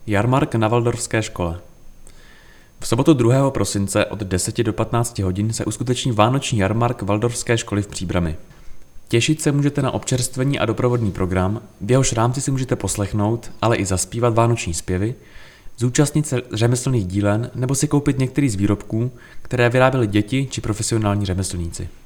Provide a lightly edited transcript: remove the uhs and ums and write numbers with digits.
Jarmark na Waldorfské škole. V sobotu 2. prosince od 10 do 15 hodin se uskuteční vánoční jarmark Waldorfské školy v Příbrami. Těšit se můžete na občerstvení a doprovodný program, v jehož rámci si můžete poslechnout, ale i zaspívat vánoční zpěvy, zúčastnit se řemeslných dílen nebo si koupit některý z výrobků, které vyráběly děti či profesionální řemeslníci.